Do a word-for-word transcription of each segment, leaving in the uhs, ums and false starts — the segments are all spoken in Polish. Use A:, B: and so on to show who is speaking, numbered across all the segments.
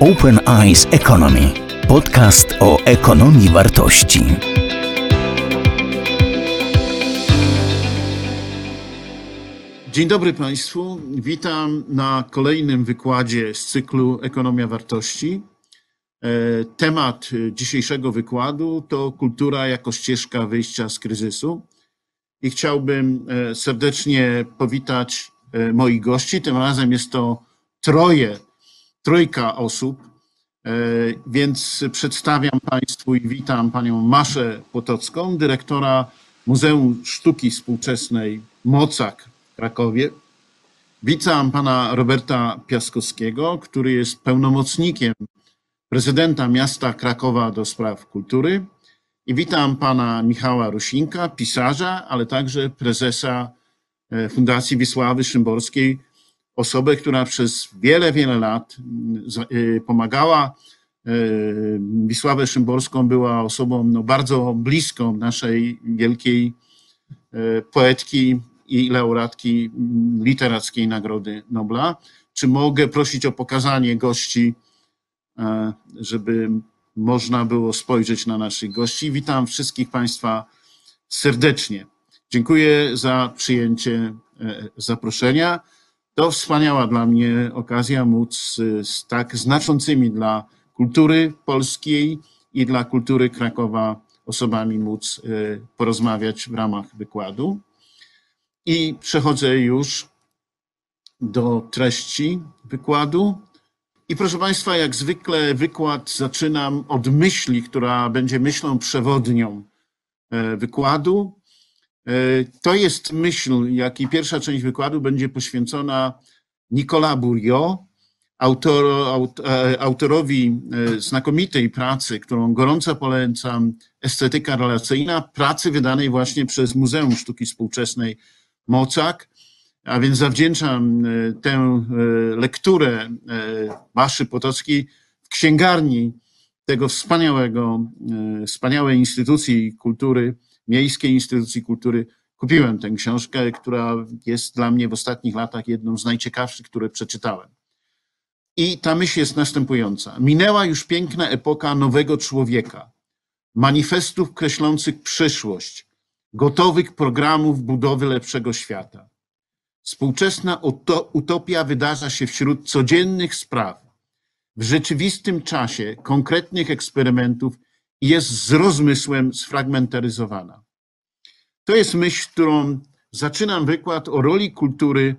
A: Open Eyes Economy. Podcast o ekonomii wartości.
B: Dzień dobry Państwu. Witam na kolejnym wykładzie z cyklu Ekonomia Wartości. Temat dzisiejszego wykładu to kultura jako ścieżka wyjścia z kryzysu. I chciałbym serdecznie powitać moich gości. Tym razem jest to troje, trójka osób, więc przedstawiam Państwu i witam Panią Maszę Potocką, dyrektora Muzeum Sztuki Współczesnej Mocak w Krakowie. Witam Pana Roberta Piaskowskiego, który jest pełnomocnikiem prezydenta miasta Krakowa do spraw kultury. I witam Pana Michała Rusinka, pisarza, ale także prezesa Fundacji Wisławy Szymborskiej, osobę, która przez wiele, wiele lat pomagała. Wisławę Szymborską była osobą no, bardzo bliską naszej wielkiej poetki i laureatki Literackiej Nagrody Nobla. Czy mogę prosić o pokazanie gości, żeby można było spojrzeć na naszych gości? Witam wszystkich Państwa serdecznie. Dziękuję za przyjęcie zaproszenia. To wspaniała dla mnie okazja móc z tak znaczącymi dla kultury polskiej i dla kultury Krakowa osobami móc porozmawiać w ramach wykładu. I przechodzę już do treści wykładu. I proszę Państwa, jak zwykle wykład zaczynam od myśli, która będzie myślą przewodnią wykładu. To jest myśl, jak i pierwsza część wykładu będzie poświęcona Nicolas Bourriaud, autor, autorowi znakomitej pracy, którą gorąco polecam, Estetyka relacyjna, pracy wydanej właśnie przez Muzeum Sztuki Współczesnej Mocak. A więc zawdzięczam tę lekturę Maszy Potockiej w księgarni tego wspaniałego, wspaniałej instytucji kultury, miejskiej instytucji kultury. Kupiłem tę książkę, która jest dla mnie w ostatnich latach jedną z najciekawszych, które przeczytałem. I ta myśl jest następująca. Minęła już piękna epoka nowego człowieka, manifestów kreślących przyszłość, gotowych programów budowy lepszego świata. Współczesna utopia wydarza się wśród codziennych spraw, w rzeczywistym czasie konkretnych eksperymentów i jest z rozmysłem sfragmentaryzowana. To jest myśl, którą zaczynam wykład o roli kultury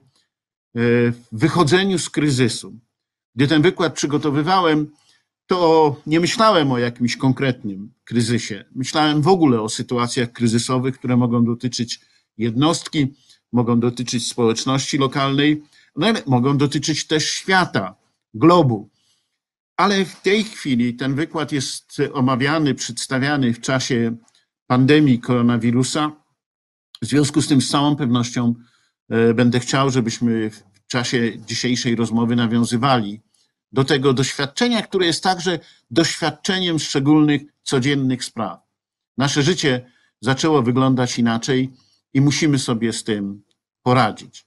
B: w wychodzeniu z kryzysu. Gdy ten wykład przygotowywałem, to nie myślałem o jakimś konkretnym kryzysie. Myślałem w ogóle o sytuacjach kryzysowych, które mogą dotyczyć jednostki, mogą dotyczyć społeczności lokalnej, no, mogą dotyczyć też świata, globu. Ale w tej chwili ten wykład jest omawiany, przedstawiany w czasie pandemii koronawirusa. W związku z tym z całą pewnością będę chciał, żebyśmy w czasie dzisiejszej rozmowy nawiązywali do tego doświadczenia, które jest także doświadczeniem szczególnych, codziennych spraw. Nasze życie zaczęło wyglądać inaczej i musimy sobie z tym poradzić.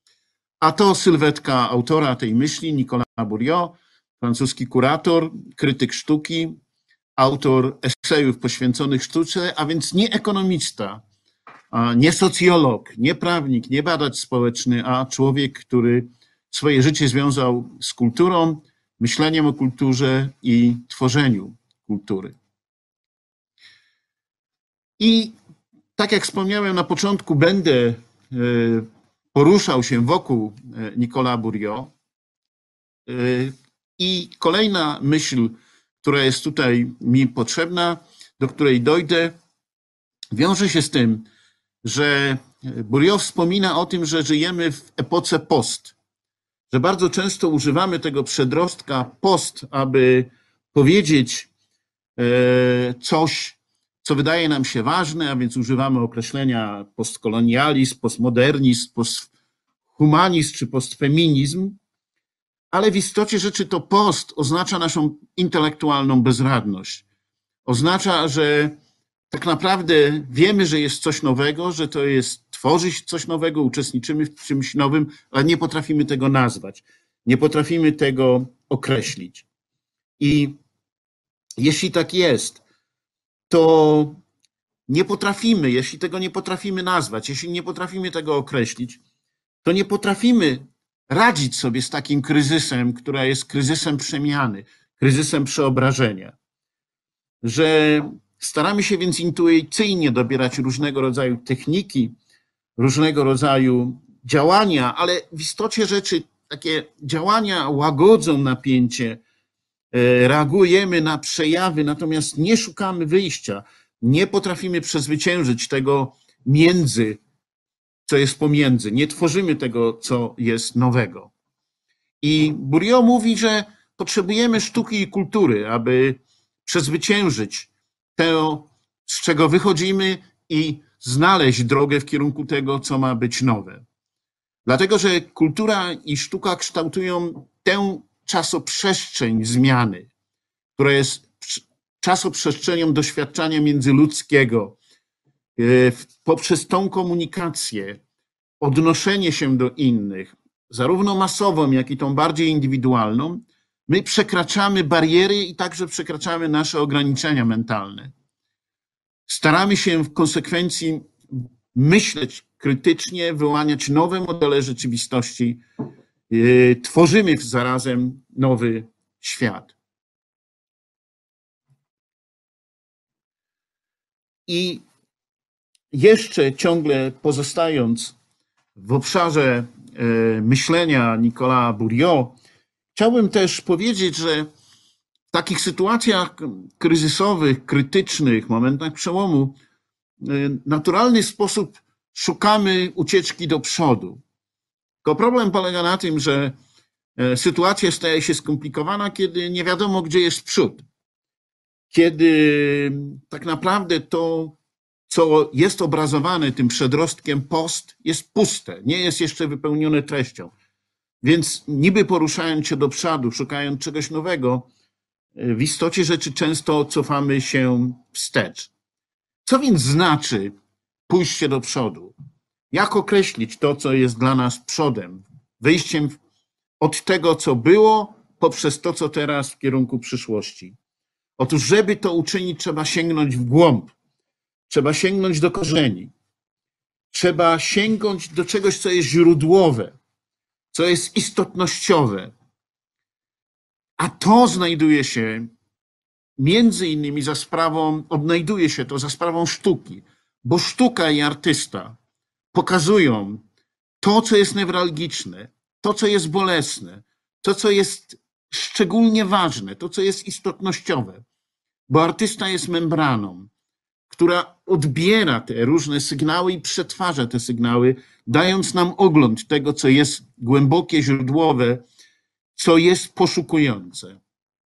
B: A to sylwetka autora tej myśli, Nicolas Bourriaud, francuski kurator, krytyk sztuki, autor esejów poświęconych sztuce, a więc nie ekonomista, nie socjolog, nie prawnik, nie badacz społeczny, a człowiek, który swoje życie związał z kulturą, myśleniem o kulturze i tworzeniu kultury. I tak jak wspomniałem na początku, będę poruszał się wokół Nicolas Bourriaud. I kolejna myśl, która jest tutaj mi potrzebna, do której dojdę, wiąże się z tym, że Bourriaud wspomina o tym, że żyjemy w epoce post, że bardzo często używamy tego przedrostka post, aby powiedzieć coś, co wydaje nam się ważne, a więc używamy określenia postkolonializm, postmodernizm, posthumanizm czy postfeminizm, ale w istocie rzeczy to post oznacza naszą intelektualną bezradność. Oznacza, że tak naprawdę wiemy, że jest coś nowego, że to jest tworzyć coś nowego, uczestniczymy w czymś nowym, ale nie potrafimy tego nazwać, nie potrafimy tego określić. I jeśli tak jest, to nie potrafimy, jeśli tego nie potrafimy nazwać, jeśli nie potrafimy tego określić, to nie potrafimy radzić sobie z takim kryzysem, która jest kryzysem przemiany, kryzysem przeobrażenia. Że staramy się więc intuicyjnie dobierać różnego rodzaju techniki, różnego rodzaju działania, ale w istocie rzeczy takie działania łagodzą napięcie, reagujemy na przejawy, natomiast nie szukamy wyjścia, nie potrafimy przezwyciężyć tego między, co jest pomiędzy, nie tworzymy tego, co jest nowego. I Bourdieu mówi, że potrzebujemy sztuki i kultury, aby przezwyciężyć to, z czego wychodzimy i znaleźć drogę w kierunku tego, co ma być nowe. Dlatego, że kultura i sztuka kształtują tę czasoprzestrzeń zmiany, która jest czasoprzestrzenią doświadczenia międzyludzkiego. Poprzez tą komunikację, odnoszenie się do innych, zarówno masową, jak i tą bardziej indywidualną, my przekraczamy bariery i także przekraczamy nasze ograniczenia mentalne. Staramy się w konsekwencji myśleć krytycznie, wyłaniać nowe modele rzeczywistości, tworzymy zarazem nowy świat. I jeszcze ciągle pozostając w obszarze myślenia Nicolas Bourdieu, chciałbym też powiedzieć, że w takich sytuacjach kryzysowych, krytycznych, momentach przełomu, w naturalny sposób szukamy ucieczki do przodu. Tylko problem polega na tym, że sytuacja staje się skomplikowana, kiedy nie wiadomo, gdzie jest przód. Kiedy tak naprawdę to, co jest obrazowane tym przedrostkiem post, jest puste, nie jest jeszcze wypełnione treścią. Więc niby poruszając się do przodu, szukając czegoś nowego, w istocie rzeczy często cofamy się wstecz. Co więc znaczy pójście do przodu? Jak określić to, co jest dla nas przodem, wyjściem od tego, co było, poprzez to, co teraz w kierunku przyszłości? Otóż, żeby to uczynić, trzeba sięgnąć w głąb, trzeba sięgnąć do korzeni, trzeba sięgnąć do czegoś, co jest źródłowe, co jest istotnościowe. A to znajduje się między innymi za sprawą, odnajduje się to za sprawą sztuki, bo sztuka i artysta pokazują to, co jest newralgiczne, to, co jest bolesne, to, co jest szczególnie ważne, to, co jest istotnościowe, bo artysta jest membraną, która odbiera te różne sygnały i przetwarza te sygnały, dając nam ogląd tego, co jest głębokie, źródłowe, co jest poszukujące.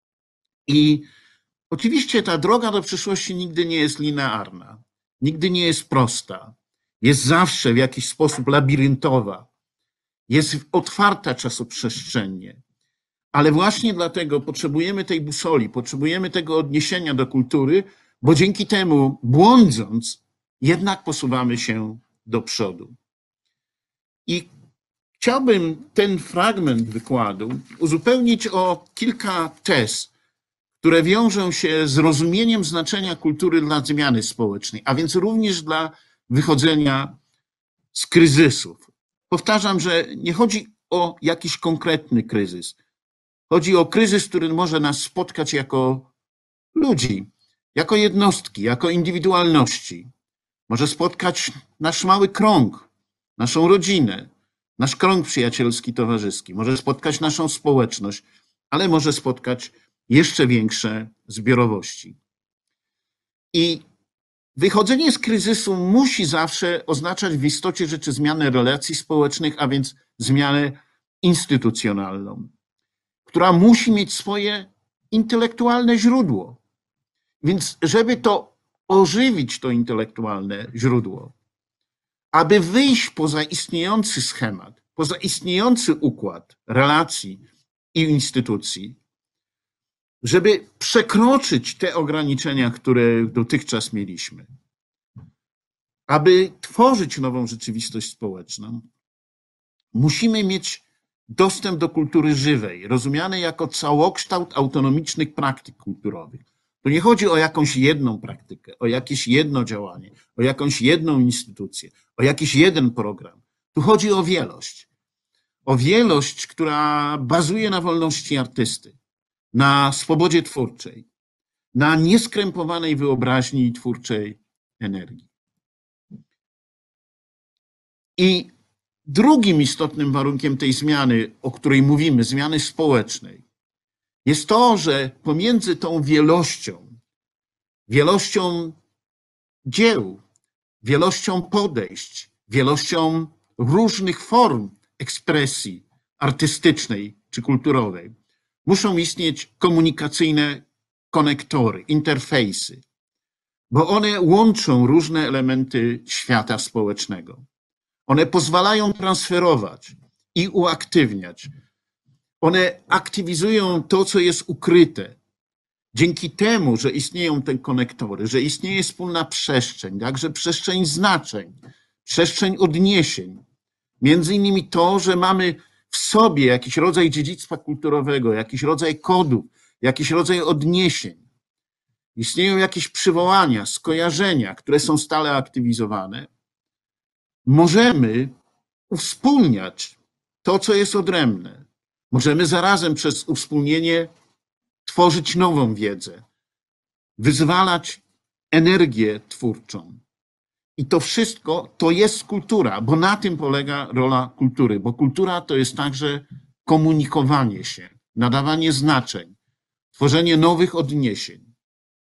B: I oczywiście ta droga do przyszłości nigdy nie jest linearna, nigdy nie jest prosta, jest zawsze w jakiś sposób labiryntowa, jest otwarta czasoprzestrzennie, ale właśnie dlatego potrzebujemy tej busoli, potrzebujemy tego odniesienia do kultury, bo dzięki temu, błądząc, jednak posuwamy się do przodu. I chciałbym ten fragment wykładu uzupełnić o kilka tez, które wiążą się z rozumieniem znaczenia kultury dla zmiany społecznej, a więc również dla wychodzenia z kryzysów. Powtarzam, że nie chodzi o jakiś konkretny kryzys. Chodzi o kryzys, który może nas spotkać jako ludzi, jako jednostki, jako indywidualności. Może spotkać nasz mały krąg, naszą rodzinę, nasz krąg przyjacielski, towarzyski. Może spotkać naszą społeczność, ale może spotkać jeszcze większe zbiorowości. I wychodzenie z kryzysu musi zawsze oznaczać w istocie rzeczy zmianę relacji społecznych, a więc zmianę instytucjonalną, która musi mieć swoje intelektualne źródło. Więc żeby to ożywić, to intelektualne źródło, aby wyjść poza istniejący schemat, poza istniejący układ relacji i instytucji, żeby przekroczyć te ograniczenia, które dotychczas mieliśmy, aby tworzyć nową rzeczywistość społeczną, musimy mieć dostęp do kultury żywej, rozumiany jako całokształt autonomicznych praktyk kulturowych. Tu nie chodzi o jakąś jedną praktykę, o jakieś jedno działanie, o jakąś jedną instytucję, o jakiś jeden program. Tu chodzi o wielość. O wielość, która bazuje na wolności artysty, na swobodzie twórczej, na nieskrępowanej wyobraźni i twórczej energii. I drugim istotnym warunkiem tej zmiany, o której mówimy, zmiany społecznej, jest to, że pomiędzy tą wielością, wielością dzieł, wielością podejść, wielością różnych form ekspresji artystycznej czy kulturowej, muszą istnieć komunikacyjne konektory, interfejsy, bo one łączą różne elementy świata społecznego. One pozwalają transferować i uaktywniać. One aktywizują to, co jest ukryte. Dzięki temu, że istnieją te konektory, że istnieje wspólna przestrzeń, także przestrzeń znaczeń, przestrzeń odniesień. Między innymi to, że mamy w sobie jakiś rodzaj dziedzictwa kulturowego, jakiś rodzaj kodów, jakiś rodzaj odniesień. Istnieją jakieś przywołania, skojarzenia, które są stale aktywizowane. Możemy uwspólniać to, co jest odrębne. Możemy zarazem przez uwspólnienie tworzyć nową wiedzę, wyzwalać energię twórczą. I to wszystko to jest kultura, bo na tym polega rola kultury, bo kultura to jest także komunikowanie się, nadawanie znaczeń, tworzenie nowych odniesień.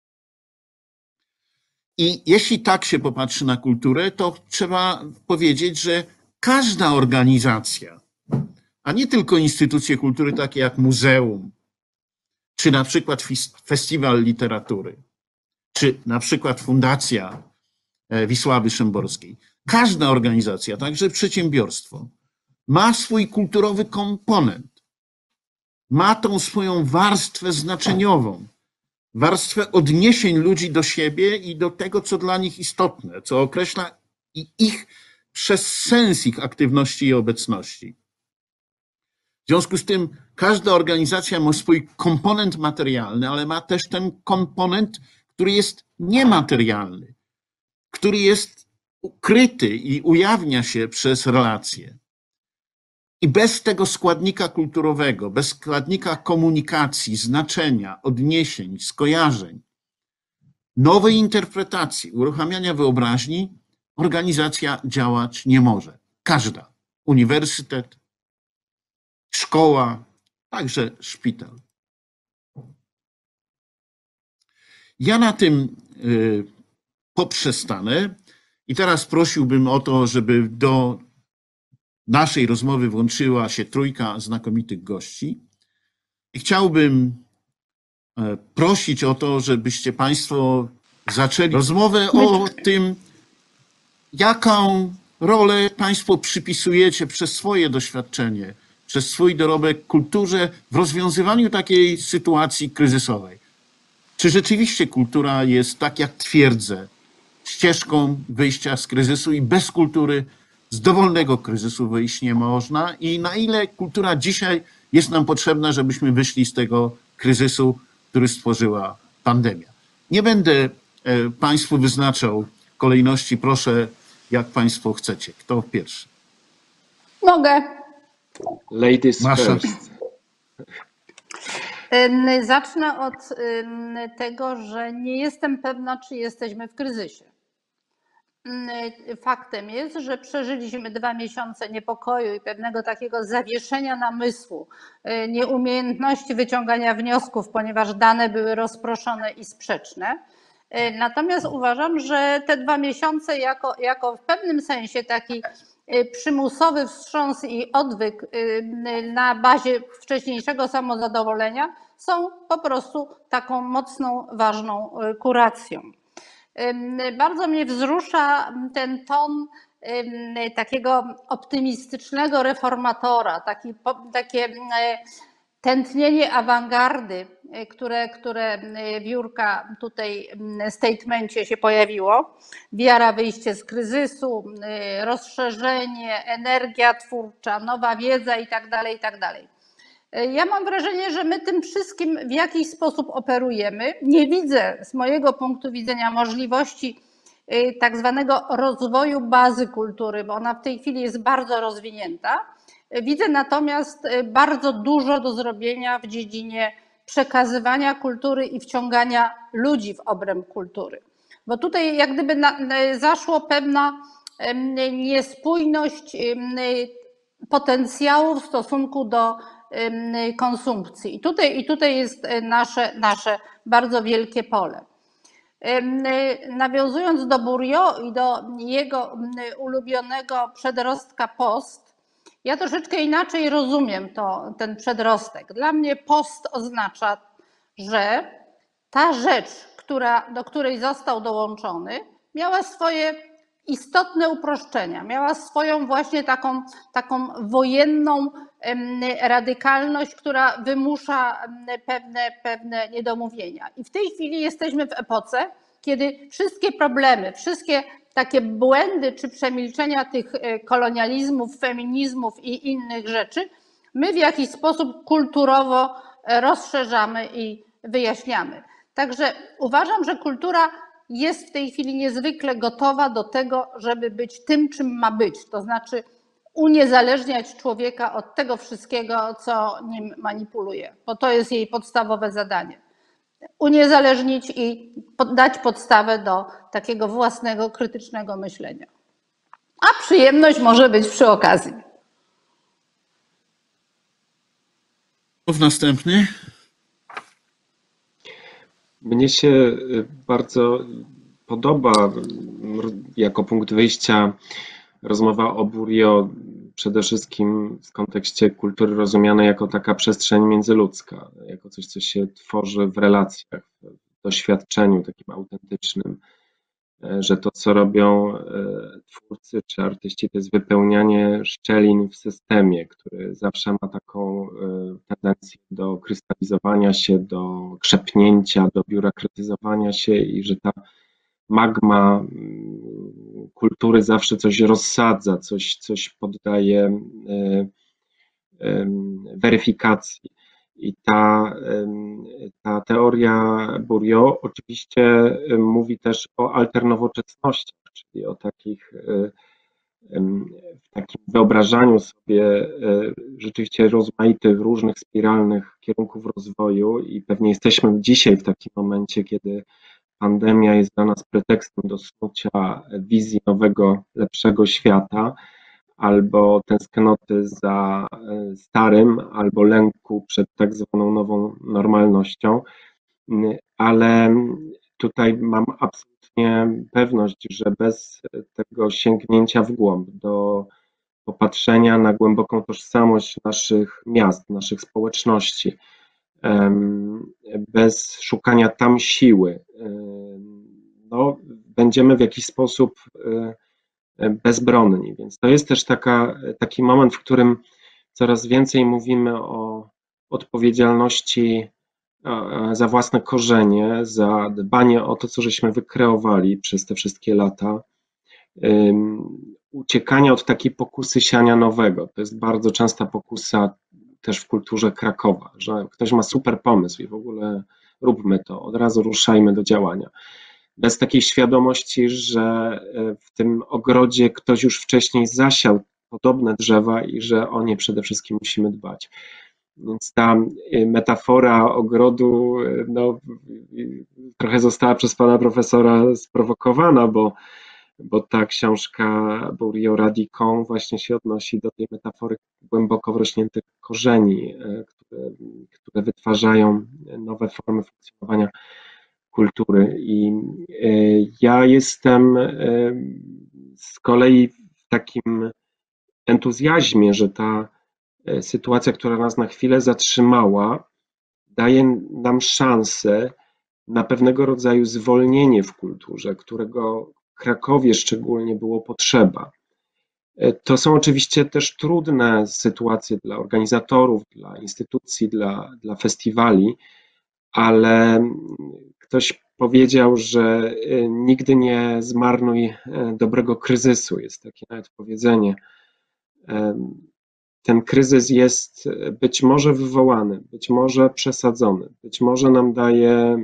B: I jeśli tak się popatrzy na kulturę, to trzeba powiedzieć, że każda organizacja, a nie tylko instytucje kultury takie jak muzeum, czy na przykład festiwal literatury, czy na przykład Fundacja Wisławy Szymborskiej. Każda organizacja, także przedsiębiorstwo, ma swój kulturowy komponent. Ma tą swoją warstwę znaczeniową, warstwę odniesień ludzi do siebie i do tego, co dla nich istotne, co określa ich przez sens ich aktywności i obecności. W związku z tym każda organizacja ma swój komponent materialny, ale ma też ten komponent, który jest niematerialny, który jest ukryty i ujawnia się przez relacje. I bez tego składnika kulturowego, bez składnika komunikacji, znaczenia, odniesień, skojarzeń, nowej interpretacji, uruchamiania wyobraźni, organizacja działać nie może. Każda. Uniwersytet, szkoła, także szpital. Ja na tym poprzestanę i teraz prosiłbym o to, żeby do naszej rozmowy włączyła się trójka znakomitych gości. I chciałbym prosić o to, żebyście Państwo zaczęli rozmowę o tym, jaką rolę Państwo przypisujecie przez swoje doświadczenie, przez swój dorobek kulturze w rozwiązywaniu takiej sytuacji kryzysowej. Czy rzeczywiście kultura jest, tak jak twierdzę, ścieżką wyjścia z kryzysu i bez kultury z dowolnego kryzysu wyjść nie można? I na ile kultura dzisiaj jest nam potrzebna, żebyśmy wyszli z tego kryzysu, który stworzyła pandemia? Nie będę Państwu wyznaczał kolejności. Proszę, jak Państwo chcecie. Kto pierwszy?
C: Mogę.
D: Ladies
B: Masza.
D: first.
C: Zacznę od tego, że nie jestem pewna, czy jesteśmy w kryzysie. Faktem jest, że przeżyliśmy dwa miesiące niepokoju i pewnego takiego zawieszenia namysłu, nieumiejętności wyciągania wniosków, ponieważ dane były rozproszone i sprzeczne. Natomiast uważam, że te dwa miesiące jako, jako w pewnym sensie taki przymusowy wstrząs i odwyk na bazie wcześniejszego samozadowolenia są po prostu taką mocną, ważną kuracją. Bardzo mnie wzrusza ten ton takiego optymistycznego reformatora, taki, takie tętnienie awangardy które, które w Jurka tutaj statemencie się pojawiło. Wiara, wyjście z kryzysu, rozszerzenie, energia twórcza, nowa wiedza i tak dalej, i tak dalej. Ja mam wrażenie, że my tym wszystkim w jakiś sposób operujemy. Nie widzę z mojego punktu widzenia możliwości tak zwanego rozwoju bazy kultury, bo ona w tej chwili jest bardzo rozwinięta. Widzę natomiast bardzo dużo do zrobienia w dziedzinie przekazywania kultury i wciągania ludzi w obręb kultury. Bo tutaj jak gdyby na, zaszło pewna niespójność potencjału w stosunku do konsumpcji. I tutaj, i tutaj jest nasze, nasze bardzo wielkie pole. Nawiązując do Bourdieu i do jego ulubionego przedrostka post, ja troszeczkę inaczej rozumiem to, ten przedrostek. Dla mnie post oznacza, że ta rzecz, która, do której został dołączony, miała swoje istotne uproszczenia, miała swoją właśnie taką, taką wojenną radykalność, która wymusza pewne, pewne niedomówienia. I w tej chwili jesteśmy w epoce, kiedy wszystkie problemy, wszystkie takie błędy czy przemilczenia tych kolonializmów, feminizmów i innych rzeczy, my w jakiś sposób kulturowo rozszerzamy i wyjaśniamy. Także uważam, że kultura jest w tej chwili niezwykle gotowa do tego, żeby być tym, czym ma być. To znaczy uniezależniać człowieka od tego wszystkiego, co nim manipuluje, bo to jest jej podstawowe zadanie. Uniezależnić i dać podstawę do takiego własnego, krytycznego myślenia. A przyjemność może być przy okazji.
B: Mów następny.
D: Mnie się bardzo podoba jako punkt wyjścia rozmowa o Bourdieu, przede wszystkim w kontekście kultury rozumianej jako taka przestrzeń międzyludzka, jako coś, co się tworzy w relacjach, w doświadczeniu takim autentycznym, że to, co robią twórcy czy artyści, to jest wypełnianie szczelin w systemie, który zawsze ma taką tendencję do krystalizowania się, do krzepnięcia, do biurokratyzowania się i że ta magma kultury zawsze coś rozsadza, coś, coś poddaje weryfikacji. I ta, ta teoria Bourdieu oczywiście mówi też o alternowoczesnościach, czyli o takich, w takim wyobrażaniu sobie rzeczywiście rozmaitych, różnych spiralnych kierunków rozwoju i pewnie jesteśmy dzisiaj w takim momencie, kiedy pandemia jest dla nas pretekstem do snucia wizji nowego, lepszego świata, albo tęsknoty za starym, albo lęku przed tak zwaną nową normalnością, ale tutaj mam absolutnie pewność, że bez tego sięgnięcia w głąb do popatrzenia na głęboką tożsamość naszych miast, naszych społeczności, bez szukania tam siły, no, będziemy w jakiś sposób bezbronni. Więc to jest też taka, taki moment, w którym coraz więcej mówimy o odpowiedzialności za własne korzenie, za dbanie o to, co żeśmy wykreowali przez te wszystkie lata, uciekania od takiej pokusy siania nowego. To jest bardzo częsta pokusa też w kulturze Krakowa, że ktoś ma super pomysł i w ogóle róbmy to, od razu ruszajmy do działania. Bez takiej świadomości, że w tym ogrodzie ktoś już wcześniej zasiał podobne drzewa i że o nie przede wszystkim musimy dbać. Więc ta metafora ogrodu no, trochę została przez pana profesora sprowokowana, bo, bo ta książka Bourdieu Radicon właśnie się odnosi do tej metafory głęboko wrośniętych korzeni, które, które wytwarzają nowe formy funkcjonowania kultury. I ja jestem z kolei w takim entuzjazmie, że ta sytuacja, która nas na chwilę zatrzymała, daje nam szansę na pewnego rodzaju zwolnienie w kulturze, którego Krakowie szczególnie było potrzeba. To są oczywiście też trudne sytuacje dla organizatorów, dla instytucji, dla, dla festiwali, ale ktoś powiedział, że nigdy nie zmarnuj dobrego kryzysu. Jest takie nawet powiedzenie. Ten kryzys jest być może wywołany, być może przesadzony, być może nam daje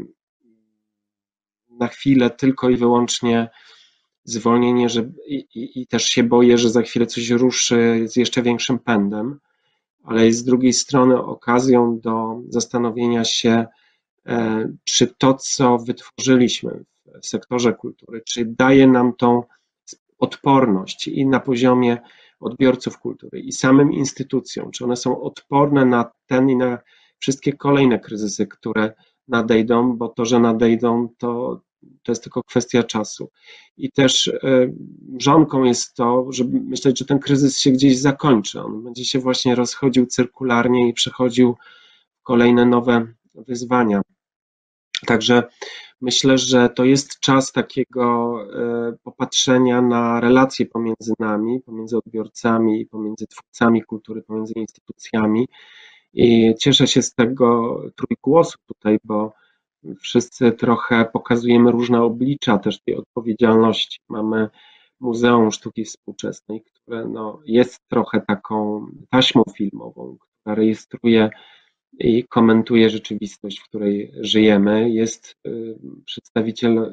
D: na chwilę tylko i wyłącznie zwolnienie, że, i, i, i też się boję, że za chwilę coś ruszy z jeszcze większym pędem, ale jest z drugiej strony okazją do zastanowienia się, czy to, co wytworzyliśmy w sektorze kultury, czy daje nam tą odporność i na poziomie odbiorców kultury i samym instytucjom, czy one są odporne na ten i na wszystkie kolejne kryzysy, które nadejdą, bo to, że nadejdą, to, to jest tylko kwestia czasu. I też mrzonką jest to, żeby myśleć, że ten kryzys się gdzieś zakończy. On będzie się właśnie rozchodził cyrkularnie i przechodził w kolejne nowe wyzwania. Także myślę, że to jest czas takiego popatrzenia na relacje pomiędzy nami, pomiędzy odbiorcami, pomiędzy twórcami kultury, pomiędzy instytucjami. I cieszę się z tego trójgłosu tutaj, bo wszyscy trochę pokazujemy różne oblicza też tej odpowiedzialności. Mamy Muzeum Sztuki Współczesnej, które no, jest trochę taką taśmą filmową, która rejestruje i komentuje rzeczywistość, w której żyjemy. Jest przedstawiciel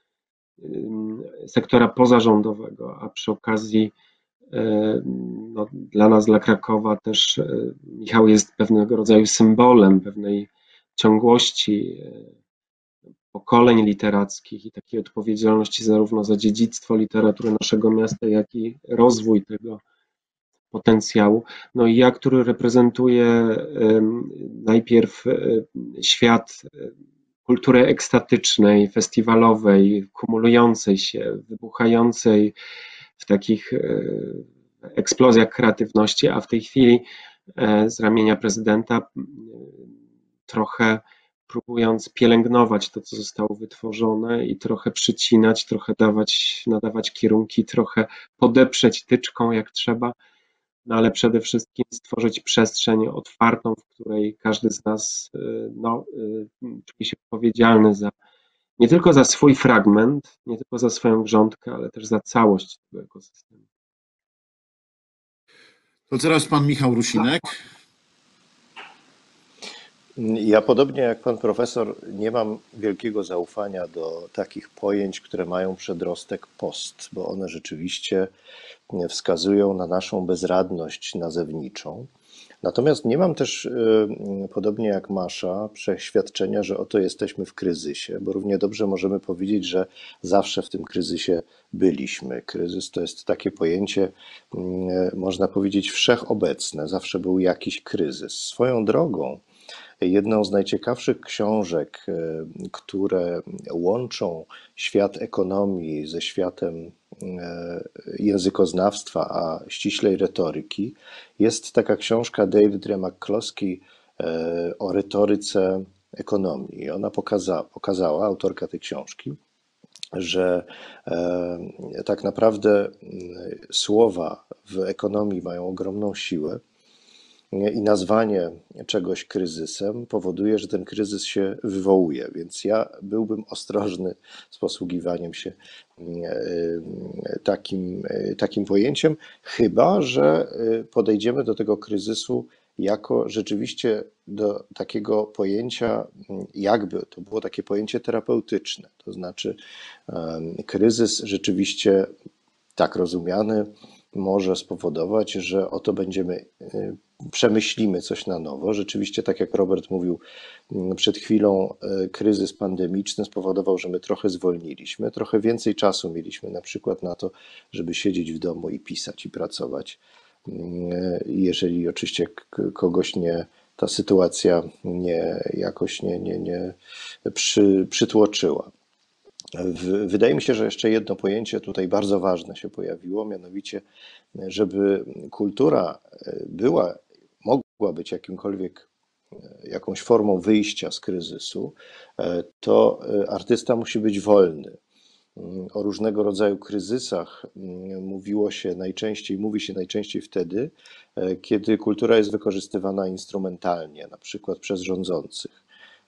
D: sektora pozarządowego, a przy okazji no, dla nas, dla Krakowa też Michał jest pewnego rodzaju symbolem pewnej ciągłości pokoleń literackich i takiej odpowiedzialności zarówno za dziedzictwo literatury naszego miasta, jak i rozwój tego potencjału. No i ja, który reprezentuję najpierw świat kultury ekstatycznej, festiwalowej, kumulującej się, wybuchającej w takich eksplozjach kreatywności, a w tej chwili z ramienia prezydenta trochę próbując pielęgnować to, co zostało wytworzone i trochę przycinać, trochę dawać, nadawać kierunki, trochę podeprzeć tyczką jak trzeba, no ale przede wszystkim stworzyć przestrzeń otwartą, w której każdy z nas no, czuje się odpowiedzialny za, nie tylko za swój fragment, nie tylko za swoją grządkę, ale też za całość tego ekosystemu.
B: To teraz pan Michał Rusinek.
E: Ja podobnie jak pan profesor nie mam wielkiego zaufania do takich pojęć, które mają przedrostek post, bo one rzeczywiście wskazują na naszą bezradność nazewniczą. Natomiast nie mam też, podobnie jak Masza, przeświadczenia, że oto jesteśmy w kryzysie, bo równie dobrze możemy powiedzieć, że zawsze w tym kryzysie byliśmy. Kryzys to jest takie pojęcie, można powiedzieć, wszechobecne. Zawsze był jakiś kryzys. Swoją drogą, jedną z najciekawszych książek, które łączą świat ekonomii ze światem językoznawstwa, a ściślej retoryki, jest taka książka Deirdre McCloskey o retoryce ekonomii. Ona pokaza, pokazała, autorka tej książki, że e, tak naprawdę słowa w ekonomii mają ogromną siłę i nazwanie czegoś kryzysem powoduje, że ten kryzys się wywołuje. Więc ja byłbym ostrożny z posługiwaniem się takim, takim pojęciem, chyba że podejdziemy do tego kryzysu jako rzeczywiście do takiego pojęcia, jakby to było takie pojęcie terapeutyczne. To znaczy kryzys rzeczywiście tak rozumiany może spowodować, że oto będziemy, przemyślimy coś na nowo. Rzeczywiście, tak jak Robert mówił przed chwilą, kryzys pandemiczny spowodował, że my trochę zwolniliśmy, trochę więcej czasu mieliśmy na przykład na to, żeby siedzieć w domu i pisać i pracować. Jeżeli oczywiście kogoś nie, ta sytuacja nie, jakoś nie, nie, nie przy, przytłoczyła. Wydaje mi się, że jeszcze jedno pojęcie tutaj bardzo ważne się pojawiło, mianowicie, żeby kultura była, mogła być jakimkolwiek, jakąś formą wyjścia z kryzysu, to artysta musi być wolny. O różnego rodzaju kryzysach mówiło się najczęściej, mówi się najczęściej wtedy, kiedy kultura jest wykorzystywana instrumentalnie, na przykład przez rządzących.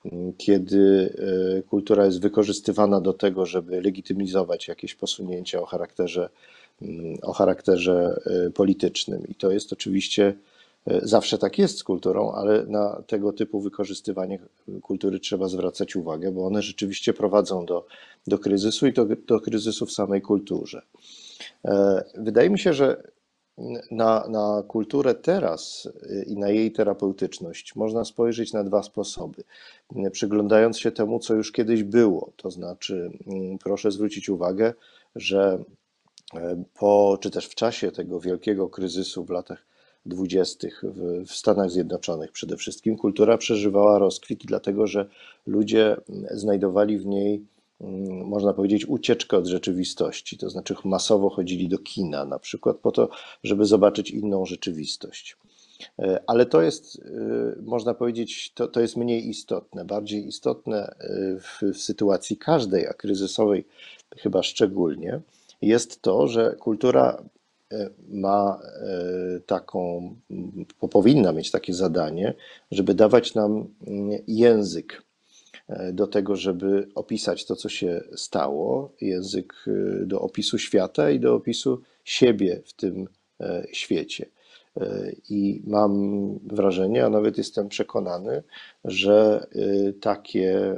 E: kiedy kultura jest wykorzystywana do tego, żeby legitymizować jakieś posunięcia o charakterze, o charakterze politycznym. I to jest oczywiście, zawsze tak jest z kulturą, ale na tego typu wykorzystywanie kultury trzeba zwracać uwagę, bo one rzeczywiście prowadzą do, do kryzysu i to do kryzysu w samej kulturze. Wydaje mi się, że na, na kulturę teraz i na jej terapeutyczność można spojrzeć na dwa sposoby. Przyglądając się temu, co już kiedyś było, to znaczy proszę zwrócić uwagę, że po, czy też w czasie tego wielkiego kryzysu w latach dwudziestych w, w Stanach Zjednoczonych przede wszystkim kultura przeżywała rozkwit, dlatego że ludzie znajdowali w niej, można powiedzieć, ucieczkę od rzeczywistości, to znaczy masowo chodzili do kina na przykład po to, żeby zobaczyć inną rzeczywistość. Ale to jest, można powiedzieć, to, to jest mniej istotne. Bardziej istotne w, w sytuacji każdej, a kryzysowej chyba szczególnie, jest to, że kultura ma taką, powinna mieć takie zadanie, żeby dawać nam język do tego, żeby opisać to, co się stało, język do opisu świata i do opisu siebie w tym świecie. I mam wrażenie, a nawet jestem przekonany, że takie,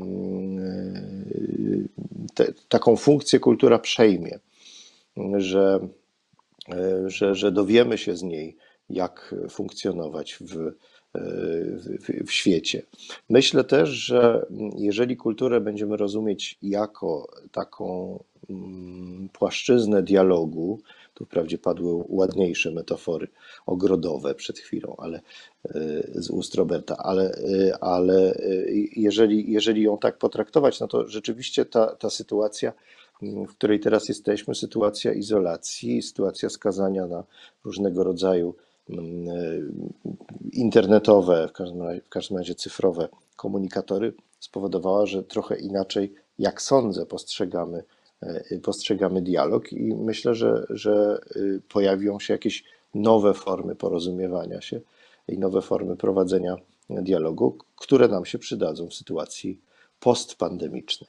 E: te, taką funkcję kultura przejmie, że, że, że dowiemy się z niej, jak funkcjonować w, w, w świecie. Myślę też, że jeżeli kulturę będziemy rozumieć jako taką płaszczyznę dialogu, tu wprawdzie padły ładniejsze metafory ogrodowe przed chwilą, ale z ust Roberta, ale, ale jeżeli, jeżeli ją tak potraktować, no to rzeczywiście ta, ta sytuacja, w której teraz jesteśmy, sytuacja izolacji, sytuacja skazania na różnego rodzaju internetowe, w każdym razie, w każdym razie cyfrowe komunikatory spowodowała, że trochę inaczej, jak sądzę, postrzegamy, postrzegamy dialog i myślę, że, że pojawią się jakieś nowe formy porozumiewania się i nowe formy prowadzenia dialogu, które nam się przydadzą w sytuacji postpandemicznej.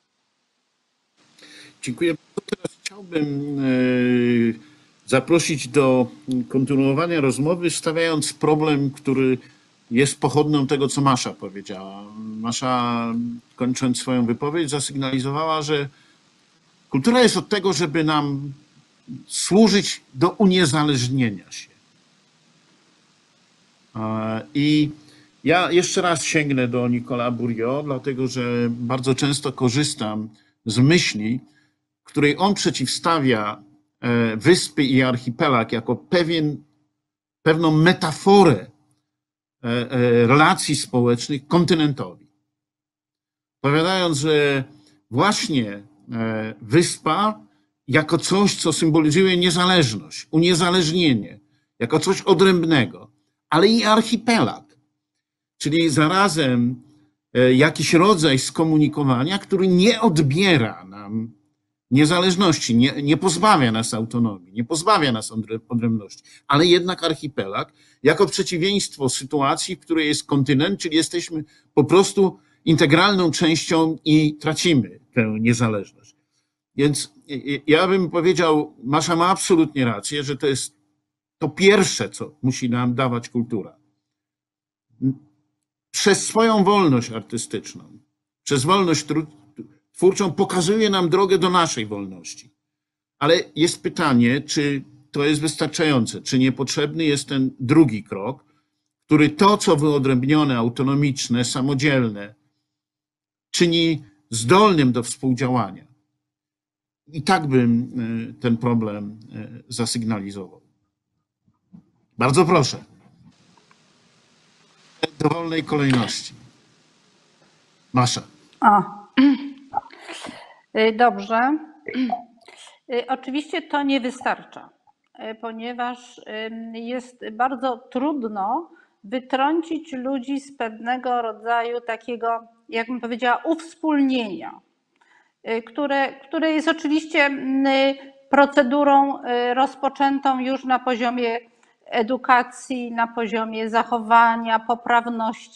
B: Dziękuję. Teraz chciałbym zaprosić do kontynuowania rozmowy, stawiając problem, który jest pochodną tego, co Masza powiedziała. Masza, kończąc swoją wypowiedź, zasygnalizowała, że kultura jest od tego, żeby nam służyć do uniezależnienia się. I ja jeszcze raz sięgnę do Nicolas Bourriaud, dlatego że bardzo często korzystam z myśli, w której on przeciwstawia wyspy i archipelag jako pewien, pewną metaforę relacji społecznych kontynentowi. Powiadając, że właśnie wyspa jako coś, co symbolizuje niezależność, uniezależnienie, jako coś odrębnego, ale i archipelag, czyli zarazem jakiś rodzaj skomunikowania, który nie odbiera nam niezależności, nie, nie pozbawia nas autonomii, nie pozbawia nas odrębności, ale jednak archipelag jako przeciwieństwo sytuacji, w której jest kontynent, czyli jesteśmy po prostu integralną częścią i tracimy tę niezależność. Więc ja bym powiedział, Masza ma absolutnie rację, że to jest to pierwsze, co musi nam dawać kultura. Przez swoją wolność artystyczną, przez wolność twórczą pokazuje nam drogę do naszej wolności. Ale jest pytanie, czy to jest wystarczające, czy niepotrzebny jest ten drugi krok, który to, co wyodrębnione, autonomiczne, samodzielne, czyni zdolnym do współdziałania. I tak bym ten problem zasygnalizował. Bardzo proszę. W dowolnej kolejności. Masza.
C: O. Dobrze. Oczywiście to nie wystarcza, ponieważ jest bardzo trudno wytrącić ludzi z pewnego rodzaju takiego, jakbym powiedziała, uwspólnienia, które, które jest oczywiście procedurą rozpoczętą już na poziomie edukacji, na poziomie zachowania, poprawności.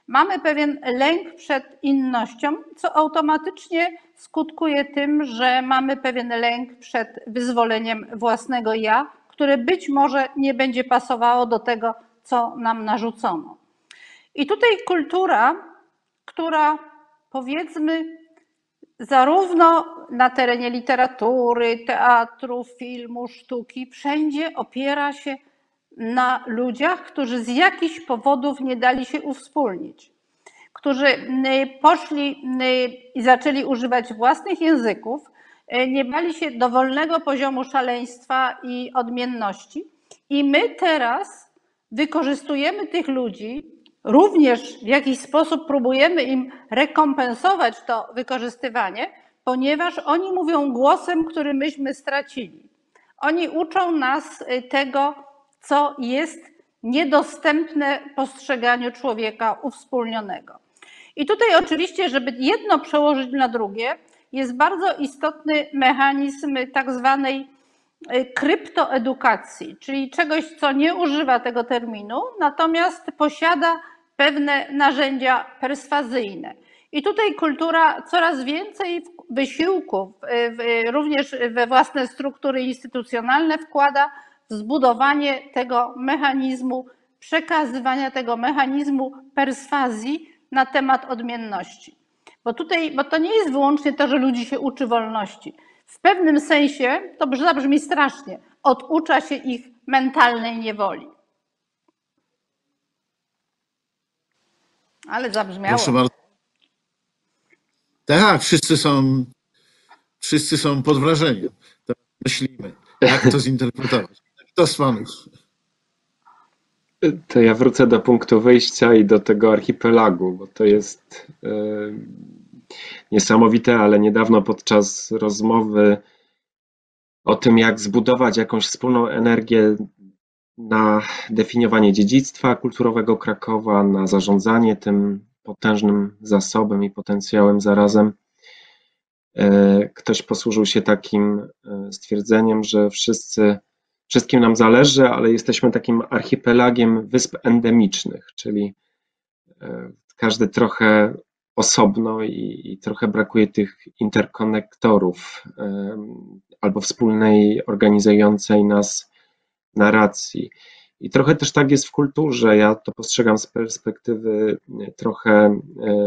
C: Mamy pewien lęk przed innością, co automatycznie skutkuje tym, że mamy pewien lęk przed wyzwoleniem własnego ja, które być może nie będzie pasowało do tego, co nam narzucono. I tutaj kultura, która powiedzmy zarówno na terenie literatury, teatru, filmu, sztuki, wszędzie opiera się na ludziach, którzy z jakichś powodów nie dali się uwspólnić, którzy poszli i zaczęli używać własnych języków, nie bali się dowolnego poziomu szaleństwa i odmienności. I my teraz wykorzystujemy tych ludzi, również w jakiś sposób próbujemy im rekompensować to wykorzystywanie, ponieważ oni mówią głosem, który myśmy stracili. Oni uczą nas tego, co jest niedostępne postrzeganiu człowieka uwspólnionego. I tutaj oczywiście, żeby jedno przełożyć na drugie, jest bardzo istotny mechanizm tak zwanej kryptoedukacji, czyli czegoś, co nie używa tego terminu, natomiast posiada pewne narzędzia perswazyjne. I tutaj kultura coraz więcej wysiłków, również we własne struktury instytucjonalne wkłada w zbudowanie tego mechanizmu, przekazywania tego mechanizmu perswazji na temat odmienności. Bo tutaj, bo to nie jest wyłącznie to, że ludzi się uczy wolności. W pewnym sensie, to zabrzmi strasznie, oducza się ich mentalnej niewoli. Ale zabrzmiało.
B: Proszę bardzo. Tak, wszyscy są, wszyscy są pod wrażeniem. Teraz myślimy, jak to zinterpretować. Kto z panów?
D: To ja wrócę do punktu wyjścia i do tego archipelagu, bo to jest yy, niesamowite, ale niedawno podczas rozmowy o tym, jak zbudować jakąś wspólną energię na definiowanie dziedzictwa kulturowego Krakowa, na zarządzanie tym potężnym zasobem i potencjałem zarazem, yy, ktoś posłużył się takim stwierdzeniem, że wszyscy Wszystkim nam zależy, ale jesteśmy takim archipelagiem wysp endemicznych, czyli każdy trochę osobno i, i trochę brakuje tych interkonektorów albo wspólnej organizującej nas narracji. I trochę też tak jest w kulturze. Ja to postrzegam z perspektywy trochę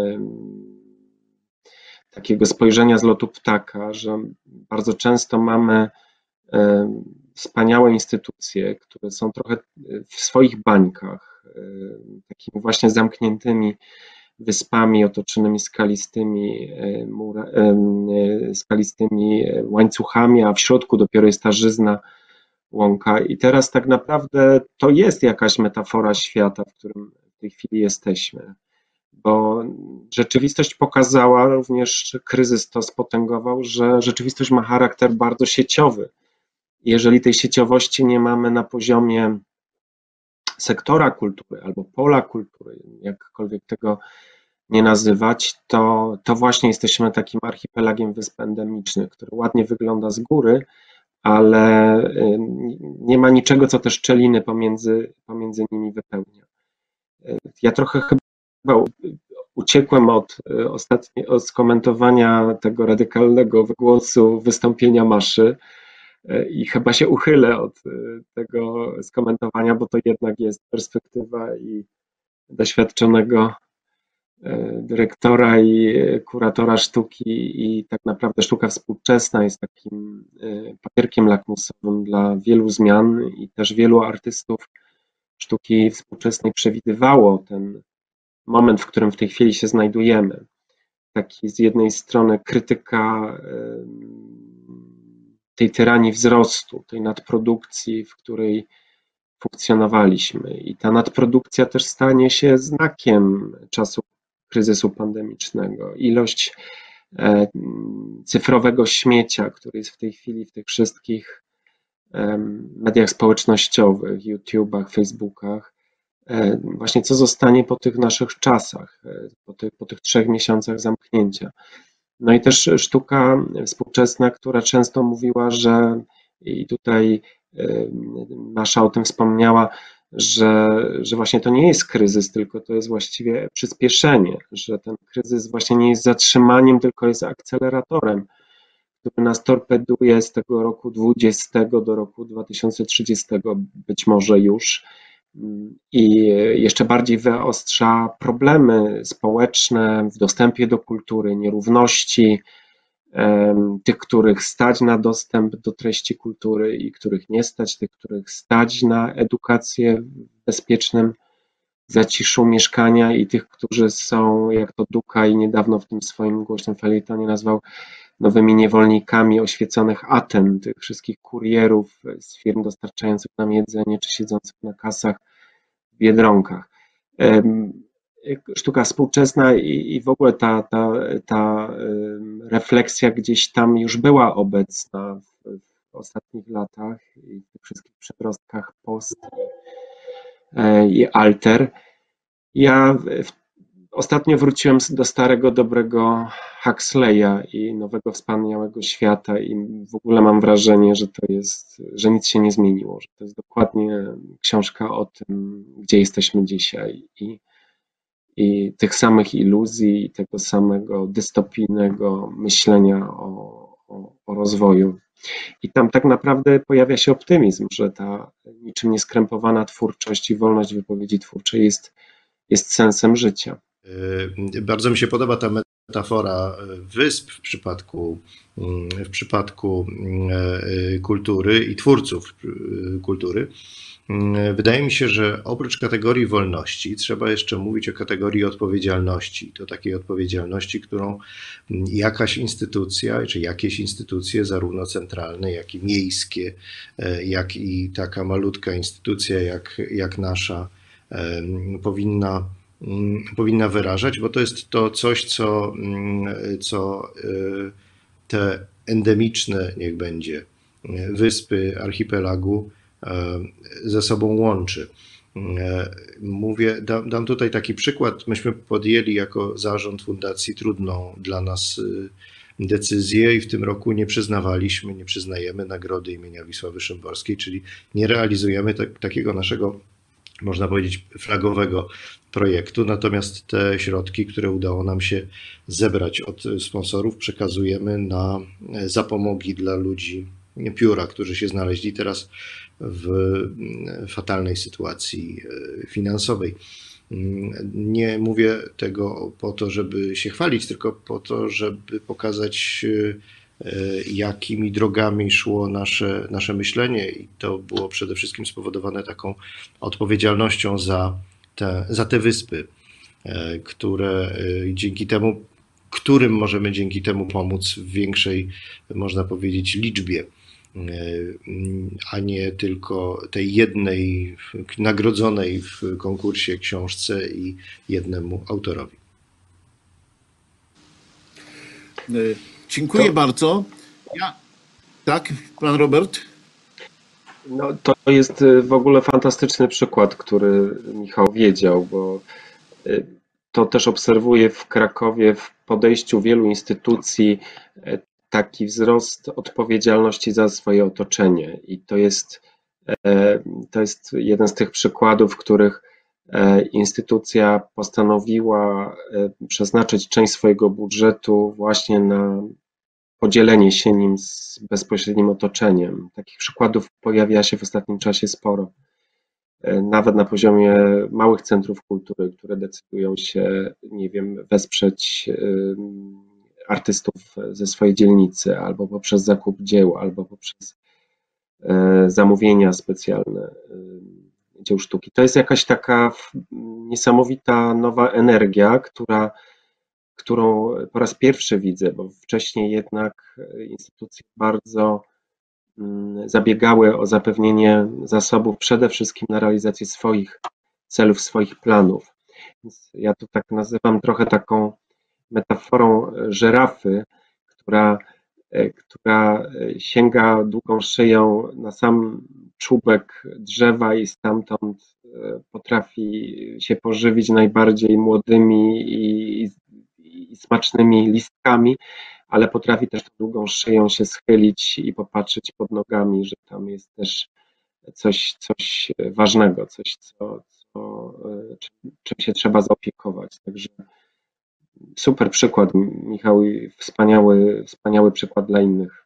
D: takiego spojrzenia z lotu ptaka, że bardzo często mamy wspaniałe instytucje, które są trochę w swoich bańkach, takimi właśnie zamkniętymi wyspami otoczonymi skalistymi, mura, skalistymi łańcuchami, a w środku dopiero jest ta żyzna łąka. I teraz tak naprawdę to jest jakaś metafora świata, w którym w tej chwili jesteśmy, bo rzeczywistość pokazała, również kryzys to spotęgował, że rzeczywistość ma charakter bardzo sieciowy. Jeżeli tej sieciowości nie mamy na poziomie sektora kultury albo pola kultury, jakkolwiek tego nie nazywać, to, to właśnie jesteśmy takim archipelagiem wysp endemicznych, który ładnie wygląda z góry, ale nie ma niczego, co te szczeliny pomiędzy, pomiędzy nimi wypełnia. Ja trochę chyba uciekłem od, ostatnie, od skomentowania tego radykalnego wygłosu wystąpienia Maszy, i chyba się uchylę od tego skomentowania, bo to jednak jest perspektywa i doświadczonego dyrektora i kuratora sztuki i tak naprawdę sztuka współczesna jest takim papierkiem lakmusowym dla wielu zmian i też wielu artystów sztuki współczesnej przewidywało ten moment, w którym w tej chwili się znajdujemy. Taki z jednej strony krytyka tej tyranii wzrostu, tej nadprodukcji, w której funkcjonowaliśmy. I ta nadprodukcja też stanie się znakiem czasu kryzysu pandemicznego. Ilość cyfrowego śmiecia, który jest w tej chwili w tych wszystkich mediach społecznościowych, YouTubach, Facebookach. Właśnie co zostanie po tych naszych czasach, po tych, po tych trzech miesiącach zamknięcia. No i też sztuka współczesna, która często mówiła, że i tutaj Masza o tym wspomniała, że, że właśnie to nie jest kryzys, tylko to jest właściwie przyspieszenie, że ten kryzys właśnie nie jest zatrzymaniem, tylko jest akceleratorem, który nas torpeduje z tego roku dwudziestego do roku dwa tysiące trzydziestego być może już i jeszcze bardziej wyostrza problemy społeczne w dostępie do kultury, nierówności, tych, których stać na dostęp do treści kultury i których nie stać, tych, których stać na edukację w bezpiecznym zaciszu mieszkania i tych, którzy są, jak to Dukaj niedawno w tym swoim głośnym felietonie nazwał, nowymi niewolnikami oświeconych Aten, tych wszystkich kurierów z firm dostarczających nam jedzenie czy siedzących na kasach w Biedronkach. Sztuka współczesna i, i w ogóle ta, ta, ta refleksja gdzieś tam już była obecna w, w ostatnich latach i w tych wszystkich przedrostkach post i, i alter. Ja w, ostatnio wróciłem do starego, dobrego Huxleya i Nowego Wspaniałego Świata i w ogóle mam wrażenie, że to jest, że nic się nie zmieniło, że to jest dokładnie książka o tym, gdzie jesteśmy dzisiaj i i tych samych iluzji, i tego samego dystopijnego myślenia o, o, o rozwoju. I tam tak naprawdę pojawia się optymizm, że ta niczym nieskrępowana twórczość i wolność wypowiedzi twórczej jest, jest sensem życia.
E: Bardzo mi się podoba ta metafora wysp w przypadku, w przypadku kultury i twórców kultury. Wydaje mi się, że oprócz kategorii wolności trzeba jeszcze mówić o kategorii odpowiedzialności. To takiej odpowiedzialności, którą jakaś instytucja, czy jakieś instytucje, zarówno centralne, jak i miejskie, jak i taka malutka instytucja jak, jak nasza, powinna, powinna wyrażać, bo to jest to coś, co, co te endemiczne, niech będzie, wyspy archipelagu ze sobą łączy. Mówię, dam, dam tutaj taki przykład. Myśmy podjęli jako zarząd fundacji trudną dla nas decyzję i w tym roku nie przyznawaliśmy, nie przyznajemy nagrody imienia Wisławy Szymborskiej, czyli nie realizujemy tak, takiego naszego, można powiedzieć, flagowego projektu. Natomiast te środki, które udało nam się zebrać od sponsorów, przekazujemy na zapomogi dla ludzi Pióra, którzy się znaleźli teraz w fatalnej sytuacji finansowej. Nie mówię tego po to, żeby się chwalić, tylko po to, żeby pokazać, jakimi drogami szło nasze, nasze myślenie i to było przede wszystkim spowodowane taką odpowiedzialnością za te, za te wyspy, które dzięki temu, którym możemy dzięki temu pomóc w większej, można powiedzieć, liczbie, a nie tylko tej jednej nagrodzonej w konkursie książce i jednemu autorowi.
B: Dziękuję to... bardzo. Ja... Tak, pan Robert?
D: No, to jest w ogóle fantastyczny przykład, który Michał wiedział, bo to też obserwuję w Krakowie w podejściu wielu instytucji taki wzrost odpowiedzialności za swoje otoczenie i to jest, to jest jeden z tych przykładów, w których instytucja postanowiła przeznaczyć część swojego budżetu właśnie na podzielenie się nim z bezpośrednim otoczeniem. Takich przykładów pojawia się w ostatnim czasie sporo. Nawet na poziomie małych centrów kultury, które decydują się, nie wiem, wesprzeć artystów ze swojej dzielnicy, albo poprzez zakup dzieł, albo poprzez zamówienia specjalne dzieł sztuki. To jest jakaś taka niesamowita nowa energia, która, którą po raz pierwszy widzę, bo wcześniej jednak instytucje bardzo zabiegały o zapewnienie zasobów przede wszystkim na realizację swoich celów, swoich planów. Więc ja to tak nazywam trochę taką metaforą żyrafy, która, która sięga długą szyją na sam czubek drzewa i stamtąd potrafi się pożywić najbardziej młodymi i, i smacznymi listkami, ale potrafi też długą szyją się schylić i popatrzeć pod nogami, że tam jest też coś, coś ważnego, coś, co, co, czym, czym się trzeba zaopiekować. Także super przykład, Michał, i wspaniały, wspaniały przykład dla innych.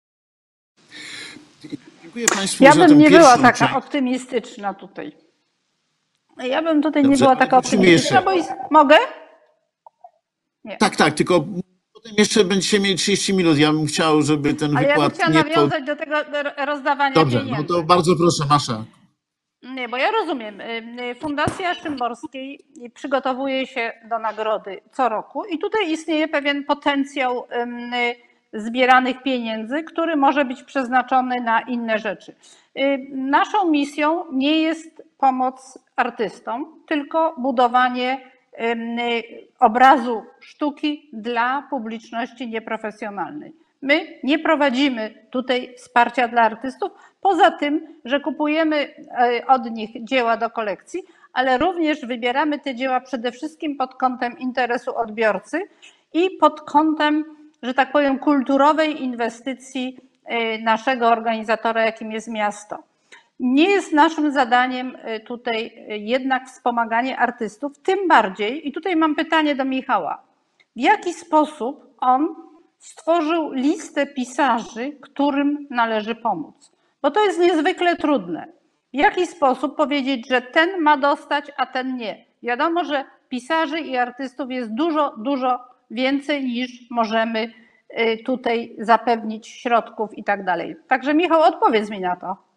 B: Dziękuję Państwu
C: Ja
B: za
C: bym
B: tę
C: nie była
B: pierwszą
C: taka
B: część.
C: optymistyczna tutaj. Ja bym tutaj nie
B: Dobrze,
C: była
B: ale
C: taka
B: wrócimy
C: optymistyczna,
B: jeszcze.
C: bo jest... Mogę? Nie.
B: Tak, tak, tylko potem jeszcze będziecie mieli trzydzieści minut. Ja bym chciał, żeby ten
C: Ale ja bym
B: wykład
C: chciała
B: nie trwał.
C: nawiązać do tego rozdawania
B: Dobrze,
C: pieniędzy.
B: no to bardzo proszę, Masza.
C: Nie, bo ja rozumiem. Fundacja Szymborskiej przygotowuje się do nagrody co roku i tutaj istnieje pewien potencjał zbieranych pieniędzy, który może być przeznaczony na inne rzeczy. Naszą misją nie jest pomoc artystom, tylko budowanie obrazu sztuki dla publiczności nieprofesjonalnej. My nie prowadzimy tutaj wsparcia dla artystów, poza tym, że kupujemy od nich dzieła do kolekcji, ale również wybieramy te dzieła przede wszystkim pod kątem interesu odbiorcy i pod kątem, że tak powiem, kulturowej inwestycji naszego organizatora, jakim jest miasto. Nie jest naszym zadaniem tutaj jednak wspomaganie artystów, tym bardziej, i tutaj mam pytanie do Michała, w jaki sposób on stworzył listę pisarzy, którym należy pomóc? Bo to jest niezwykle trudne. W jaki sposób powiedzieć, że ten ma dostać, a ten nie? Wiadomo, że pisarzy i artystów jest dużo, dużo więcej niż możemy tutaj zapewnić środków i tak dalej. Także Michał, odpowiedz mi na to.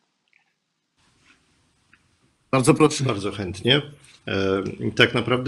B: Bardzo proszę.
E: Bardzo chętnie. Tak naprawdę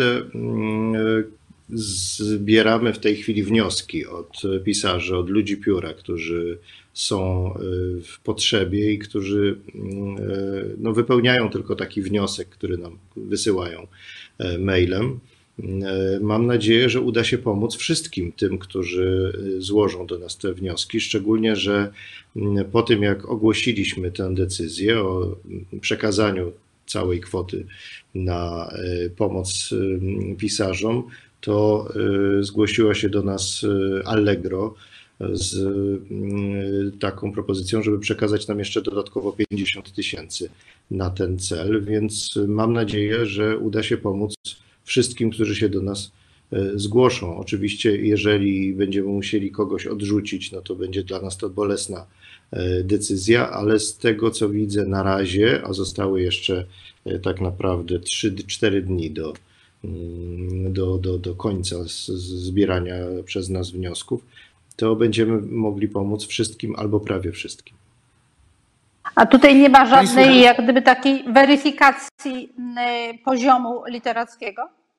E: zbieramy w tej chwili wnioski od pisarzy, od ludzi pióra, którzy są w potrzebie i którzy no, wypełniają tylko taki wniosek, który nam wysyłają mailem. Mam nadzieję, że uda się pomóc wszystkim tym, którzy złożą do nas te wnioski, szczególnie, że po tym, jak ogłosiliśmy tę decyzję o przekazaniu całej kwoty na pomoc pisarzom, to zgłosiła się do nas Allegro z taką propozycją, żeby przekazać nam jeszcze dodatkowo pięćdziesiąt tysięcy na ten cel, więc mam nadzieję, że uda się pomóc wszystkim, którzy się do nas zgłoszą. Oczywiście, jeżeli będziemy musieli kogoś odrzucić, no to będzie dla nas to bolesna decyzja, ale z tego, co widzę na razie, a zostały jeszcze tak naprawdę trzy cztery dni do, do, do, do końca zbierania przez nas wniosków, to będziemy mogli pomóc wszystkim albo prawie wszystkim.
C: A tutaj nie ma żadnej jak gdyby takiej weryfikacji poziomu literackiego?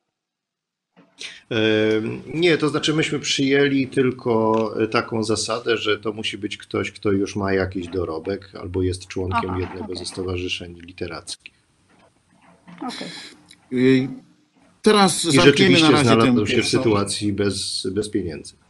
E: Nie, to znaczy myśmy przyjęli tylko taką zasadę, że to musi być ktoś, kto już ma jakiś dorobek albo jest członkiem Aha, jednego okay. ze stowarzyszeń literackich.
B: Okay. Teraz
E: I rzeczywiście na razie znalazł się w sytuacji bez, bez pieniędzy.